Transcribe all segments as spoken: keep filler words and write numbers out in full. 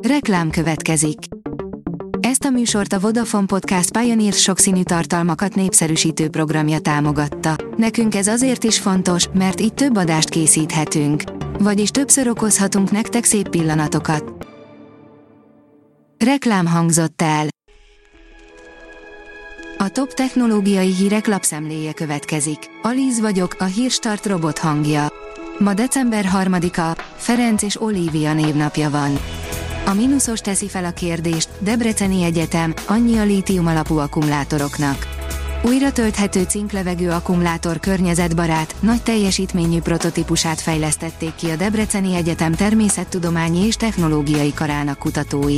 Reklám következik. Ezt a műsort a Vodafone Podcast Pioneer sokszínű tartalmakat népszerűsítő programja támogatta. Nekünk ez azért is fontos, mert így több adást készíthetünk. Vagyis többször okozhatunk nektek szép pillanatokat. Reklám hangzott el. A top technológiai hírek lapszemléje következik. Alíz vagyok, a Hírstart robot hangja. Ma december harmadika, Ferenc és Olivia névnapja van. A mínuszos teszi fel a kérdést, Debreceni Egyetem, annyi a lítium alapú akkumulátoroknak. Újra tölthető cinklevegő akkumulátor környezetbarát, nagy teljesítményű prototípusát fejlesztették ki a Debreceni Egyetem természettudományi és technológiai karának kutatói.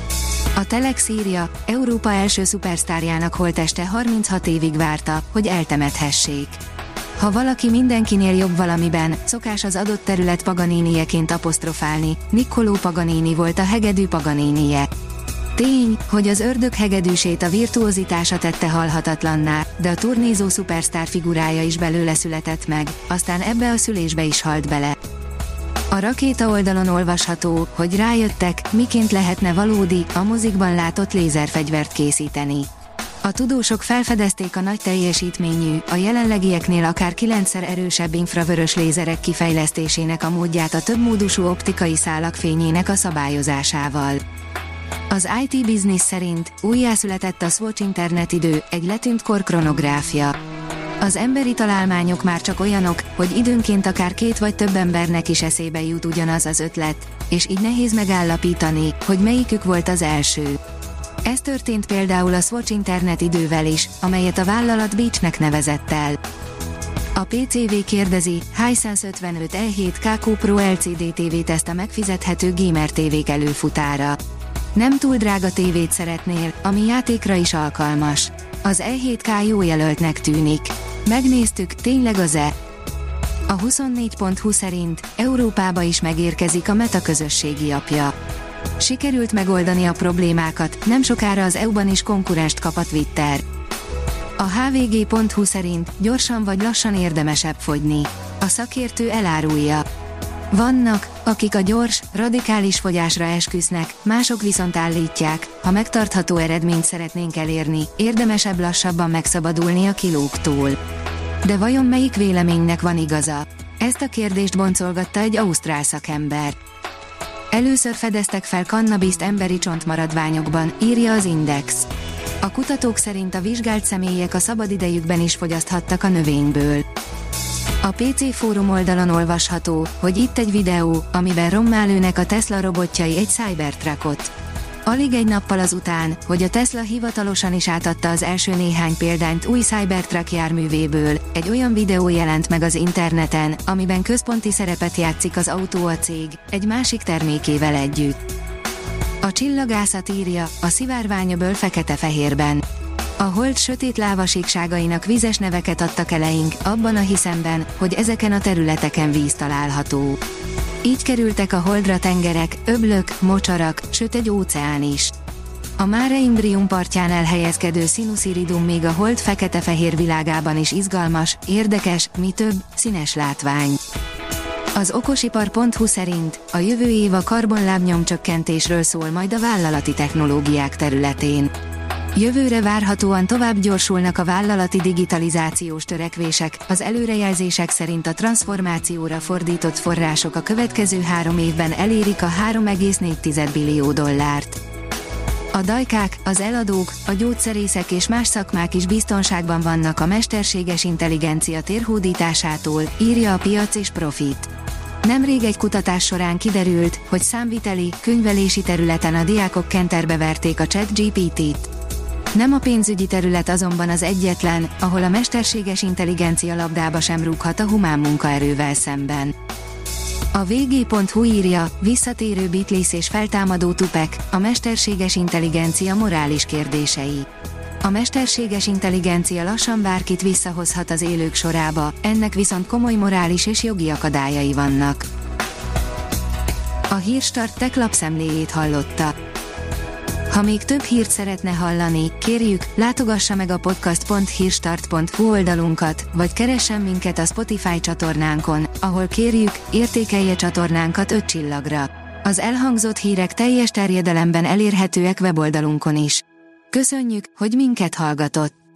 A Telex írja, Európa első szupersztárjának holtteste harminchat évig várta, hogy eltemethessék. Ha valaki mindenkinél jobb valamiben, szokás az adott terület Paganinieként apostrofálni, Niccolò Paganini volt a hegedű Paganinie. Tény, hogy az ördög hegedűsét a virtuozitása tette halhatatlanná, de a turnézó szupersztár figurája is belőle született meg, aztán ebbe a szülésbe is halt bele. A Rakéta oldalon olvasható, hogy rájöttek, miként lehetne valódi, a mozikban látott lézerfegyvert készíteni. A tudósok felfedezték a nagy teljesítményű, a jelenlegieknél akár kilencszer erősebb infravörös lézerek kifejlesztésének a módját a többmódusú optikai szálak fényének a szabályozásával. Az i té Business szerint újjászületett a Swatch internetidő, egy letűnt kor kronográfja. Az emberi találmányok már csak olyanok, hogy időnként akár két vagy több embernek is eszébe jut ugyanaz az ötlet, és így nehéz megállapítani, hogy melyikük volt az első. Ez történt például a Swatch internetidővel is, amelyet a vállalat Beachnek nevezett el. A pé cé vé kérdezi, Hisense ötvenöt E hét ká Q Pro el cé dé tévét a megfizethető gamer tévék előfutára. Nem túl drága tévét szeretnél, ami játékra is alkalmas. Az E hét ká jó jelöltnek tűnik. Megnéztük, tényleg az-e? A huszonnégy pont hu szerint Európába is megérkezik a Meta közösségi apja. Sikerült megoldani a problémákat, nem sokára az é u-ban is konkurenst kap a Twitter. A há vé gé pont hu szerint gyorsan vagy lassan érdemesebb fogyni. A szakértő elárulja. Vannak, akik a gyors, radikális fogyásra esküsznek, mások viszont állítják, ha megtartható eredményt szeretnénk elérni, érdemesebb lassabban megszabadulni a kilóktól. De vajon melyik véleménynek van igaza? Ezt a kérdést boncolgatta egy ausztrál szakember. Először fedeztek fel kannabiszt emberi csontmaradványokban, írja az Index. A kutatók szerint a vizsgált személyek a szabadidejükben is fogyaszthattak a növényből. A pé cé fórum oldalon olvasható, hogy itt egy videó, amiben rommá lőnek a Tesla robotjai egy Cybertruckot. Alig egy nappal azután, hogy a Tesla hivatalosan is átadta az első néhány példányt új Cybertruck járművéből, egy olyan videó jelent meg az interneten, amiben központi szerepet játszik az autó a cég, egy másik termékével együtt. A csillagászat írja, a szivárványöböl fekete-fehérben. A hold sötét lávasíkságainak vizes neveket adtak eleink, abban a hiszemben, hogy ezeken a területeken víz található. Így kerültek a holdra tengerek, öblök, mocsarak, sőt egy óceán is. A Mare Imbrium partján elhelyezkedő Sinus Iridum még a hold fekete-fehér világában is izgalmas, érdekes, mi több, színes látvány. Az okosipar pont hu szerint a jövő év a karbonlábnyomcsökkentésről szól majd a vállalati technológiák területén. Jövőre várhatóan tovább gyorsulnak a vállalati digitalizációs törekvések, az előrejelzések szerint a transformációra fordított források a következő három évben elérik a három egész négy billió dollárt. A dajkák, az eladók, a gyógyszerészek és más szakmák is biztonságban vannak a mesterséges intelligencia térhódításától, írja a Piac és Profit. Nemrég egy kutatás során kiderült, hogy számviteli, könyvelési területen a diákok kenterbe verték a ChatGPT-t. Nem a pénzügyi terület azonban az egyetlen, ahol a mesterséges intelligencia labdába sem rúghat a humán munkaerővel szemben. A vé gé pont hu írja, visszatérő Beatles és feltámadó Tupac, a mesterséges intelligencia morális kérdései. A mesterséges intelligencia lassan bárkit visszahozhat az élők sorába, ennek viszont komoly morális és jogi akadályai vannak. A Hírstart Tech lapszemléjét hallotta. Ha még több hírt szeretne hallani, kérjük, látogassa meg a podcast pont hírstart pont hu oldalunkat, vagy keressen minket a Spotify csatornánkon, ahol kérjük, értékelje csatornánkat öt csillagra. Az elhangzott hírek teljes terjedelemben elérhetőek weboldalunkon is. Köszönjük, hogy minket hallgatott!